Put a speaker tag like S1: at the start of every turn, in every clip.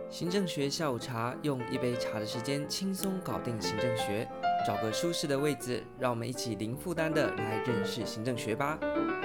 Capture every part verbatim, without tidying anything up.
S1: 行政学下午茶，用一杯茶的时间轻松搞定行政学。找个舒适的位置，让我们一起零负担的来认识行政学吧。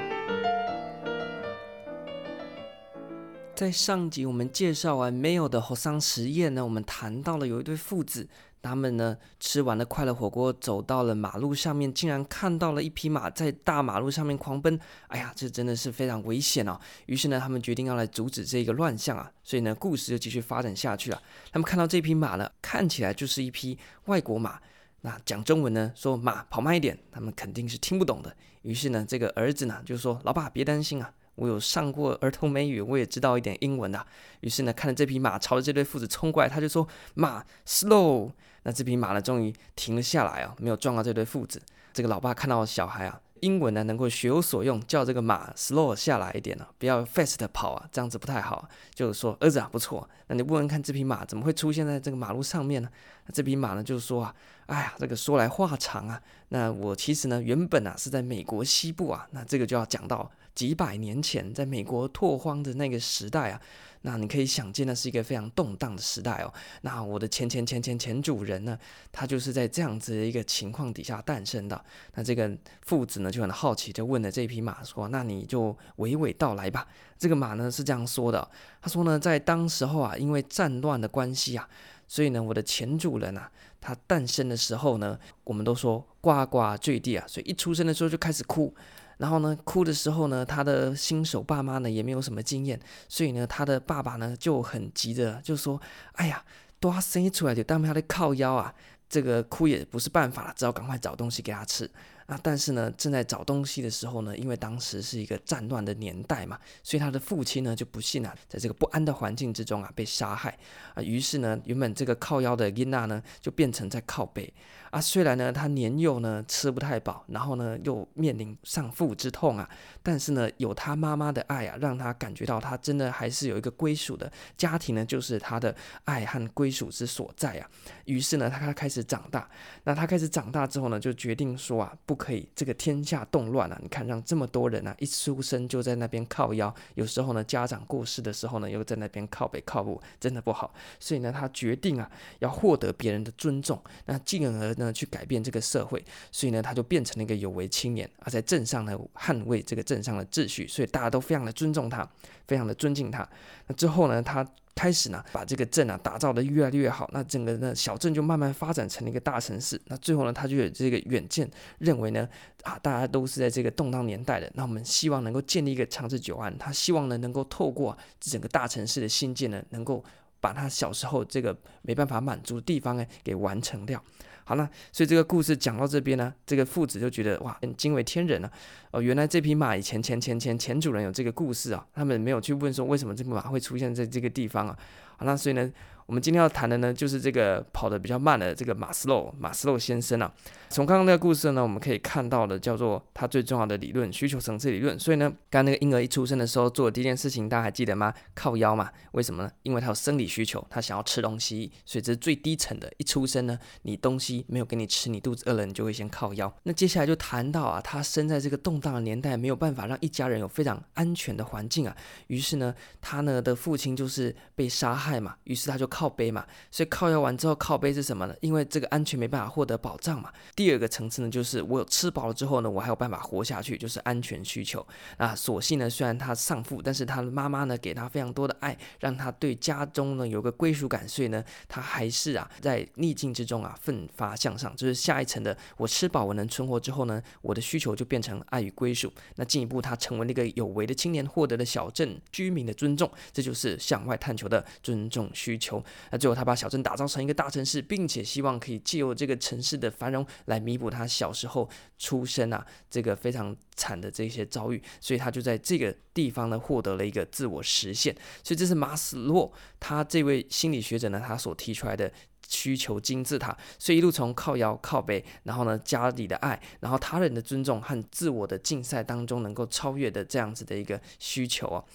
S1: 在上集我们介绍完没有的火桑实验呢，我们谈到了有一对父子，他们呢吃完了快乐火锅，走到了马路上面，竟然看到了一匹马在大马路上面狂奔。哎呀，这真的是非常危险哦。于是呢，他们决定要来阻止这个乱象啊。所以呢，故事就继续发展下去了。他们看到这匹马呢，看起来就是一匹外国马。那讲中文呢，说马跑慢一点，他们肯定是听不懂的。于是呢，这个儿子呢就说：“老爸，别担心啊，我有上过儿童美语，我也知道一点英文啊。”于是呢，看着这匹马朝着这对父子冲过来，他就说：“马 slow。”那这匹马呢，终于停了下来啊，没有撞到这对父子。这个老爸看到小孩啊，英文呢能够学有所用，叫这个马 slow 下来一点啊，不要 fast 跑啊，这样子不太好。就是说，儿子啊，不错，那你问问看，这匹马怎么会出现在这个马路上面呢？那这匹马呢，就说啊，哎呀，这个说来话长啊。那我其实呢，原本啊是在美国西部啊，那这个就要讲到几百年前，在美国拓荒的那个时代啊。那你可以想见，那是一个非常动荡的时代哦。那我的前前前前前主人呢，他就是在这样子的一个情况底下诞生的。那这个父子呢就很好奇，就问了这匹马说：“那你就娓娓道来吧。”这个马呢是这样说的，他说呢，在当时候啊，因为战乱的关系啊，所以呢，我的前主人啊，他诞生的时候呢，我们都说呱呱坠地啊，所以一出生的时候就开始哭。然后呢，哭的时候呢，他的新手爸妈呢也没有什么经验，所以呢，他的爸爸呢就很急着就说：“哎呀，多生出来就当他的靠腰啊，这个哭也不是办法了，只好赶快找东西给他吃啊。”但是呢，正在找东西的时候呢，因为当时是一个战乱的年代嘛，所以他的父亲呢就不幸啊，在这个不安的环境之中啊被杀害啊。于是呢，原本这个靠腰的囡仔呢就变成在靠背。啊，虽然呢他年幼呢吃不太饱，然后呢又面临丧父之痛啊，但是呢有他妈妈的爱啊，让他感觉到他真的还是有一个归属的家庭呢，就是他的爱和归属之所在啊。于是呢他开始长大，那他开始长大之后呢，就决定说啊，不可以这个天下动乱啊！你看让这么多人啊，一出生就在那边靠腰，有时候呢家长过世的时候呢，又在那边靠北靠步，真的不好。所以呢他决定啊，要获得别人的尊重，那进而呢。去改变这个社会，所以呢，他就变成了一个有为青年啊，在镇上呢捍卫这个镇上的秩序，所以大家都非常的尊重他，非常的尊敬他。那之后呢，他开始呢把这个镇啊打造的越来越好，那整个呢小镇就慢慢发展成了一个大城市。那最后呢，他就有这个远见，认为呢啊大家都是在这个动荡年代的，那我们希望能够建立一个长治久安。他希望呢能够透过整个大城市的兴建呢，能够把他小时候这个没办法满足的地方呢给完成掉。好了，所以这个故事讲到这边呢，这个父子就觉得哇，惊为天人啊！哦，原来这匹马以前前前前前主人有这个故事啊，他们没有去问说为什么这匹马会出现在这个地方啊。好，那所以呢，我们今天要谈的呢，就是这个跑得比较慢的这个马斯洛马斯洛先生啊。从刚刚那个故事呢，我们可以看到的叫做他最重要的理论——需求层次理论。所以呢，刚刚那个婴儿一出生的时候做的第一件事情，大家还记得吗？靠腰嘛。为什么呢？因为他有生理需求，他想要吃东西，所以这是最低层的。一出生呢，你东西没有给你吃，你肚子饿了，你就会先靠腰。那接下来就谈到啊，他生在这个动荡的年代，没有办法让一家人有非常安全的环境啊。于是呢，他呢的父亲就是被杀害嘛，于是他就靠背嘛。所以靠腰完之后，靠背是什么呢？因为这个安全没办法获得保障嘛。第二个层次呢，就是我有吃饱了之后呢，我还有办法活下去，就是安全需求。那所幸呢，虽然他丧父，但是他的妈妈呢给他非常多的爱，让他对家中呢有个归属感，所以呢，他还是啊在逆境之中啊奋发向上。就是下一层的，我吃饱我能存活之后呢，我的需求就变成爱与归属。那进一步，他成为了一个有为的青年，获得了小镇居民的尊重，这就是向外探求的尊重需求。那最后，他把小镇打造成一个大城市，并且希望可以借由这个城市的繁荣来弥补他小时候出生啊这个非常惨的这些遭遇，所以他就在这个地方呢获得了一个自我实现。所以这是马斯洛他这位心理学者呢他所提出来的需求金字塔，所以一路从靠腰靠背，然后呢家里的爱，然后他人的尊重和自我的竞赛当中能够超越的这样子的一个需求啊。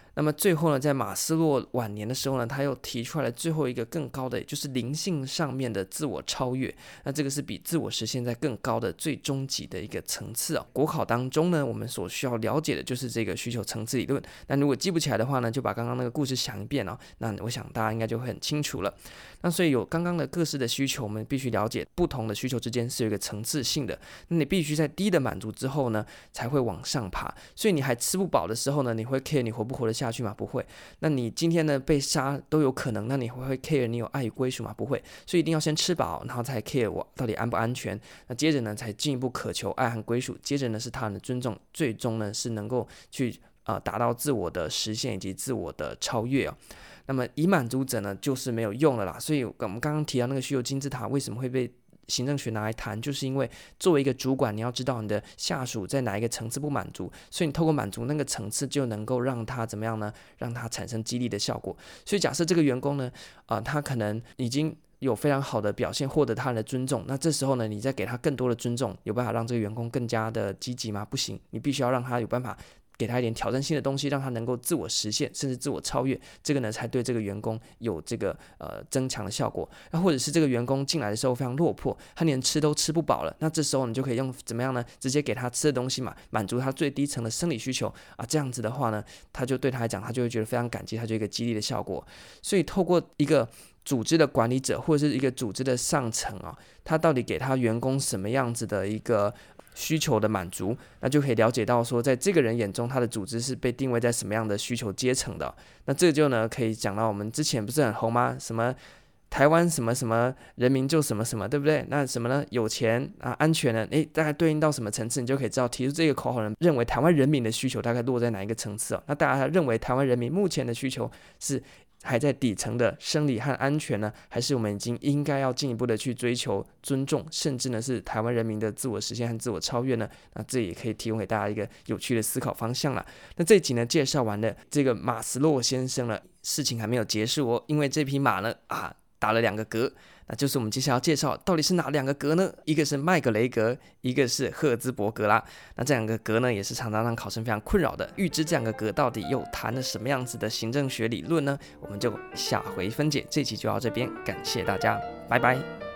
S1: 那么最后呢，在马斯洛晚年的时候呢，他又提出来了最后一个更高的，也就是灵性上面的自我超越。那这个是比自我实现在更高的最终极的一个层次啊。国考当中呢，我们所需要了解的就是这个需求层次理论。那如果记不起来的话呢，就把刚刚那个故事想一遍哦。那我想大家应该就会很清楚了。那所以有刚刚的各式的需求，我们必须了解不同的需求之间是有一个层次性的。那你必须在低的满足之后呢，才会往上爬。所以你还吃不饱的时候呢，你会 care 你活不活得下去吗？不会。那你今天呢被杀都有可能，那你会 care 你有爱与归属吗？不会。所以一定要先吃饱，然后才 care 我到底安不安全。那接着呢，才进一步渴求爱和归属。接着呢，是他人的尊重，最终呢是能够去呃达到自我的实现以及自我的超越哦。那么以满足者呢，就是没有用了啦。所以我们刚刚提到那个需求金字塔为什么会被行政学拿来谈，就是因为作为一个主管，你要知道你的下属在哪一个层次不满足，所以你透过满足那个层次，就能够让他怎么样呢？让他产生激励的效果。所以假设这个员工呢，呃，他可能已经有非常好的表现，获得他人的尊重，那这时候呢，你再给他更多的尊重，有办法让这个员工更加的积极吗？不行，你必须要让他有办法给他一点挑战性的东西，让他能够自我实现，甚至自我超越，这个呢才对这个员工有这个呃增强的效果。那或者是这个员工进来的时候非常落魄，他连吃都吃不饱了，那这时候你就可以用怎么样呢？直接给他吃的东西嘛，满足他最低层的生理需求啊，这样子的话呢，他就对他来讲，他就会觉得非常感激，他就有一个激励的效果。所以透过一个组织的管理者或者是一个组织的上层啊，他到底给他员工什么样子的一个需求的满足，那就可以了解到说，在这个人眼中，他的组织是被定位在什么样的需求阶层的。那这就呢，可以讲到我们之前不是很红吗？什么台湾什么什么人民就什么什么，对不对？那什么呢？有钱啊，安全呢？诶，大概对应到什么层次，你就可以知道提出这个口号人认为台湾人民的需求大概落在哪一个层次哦。那大家认为台湾人民目前的需求是还在底层的生理和安全呢，还是我们已经应该要进一步的去追求尊重，甚至呢是台湾人民的自我实现和自我超越呢？那这也可以提供给大家一个有趣的思考方向啦。那这一集呢介绍完了这个马斯洛先生了，事情还没有结束哦，因为这匹马呢啊打了两个嗝，那就是我们接下来要介绍到底是哪两个格呢？一个是麦格雷格，一个是赫兹伯格啦。那这两个格呢，也是常常让考生非常困扰的。预知这两个格到底又谈了什么样子的行政学理论呢？我们就下回分解。这期就到这边，感谢大家，拜拜。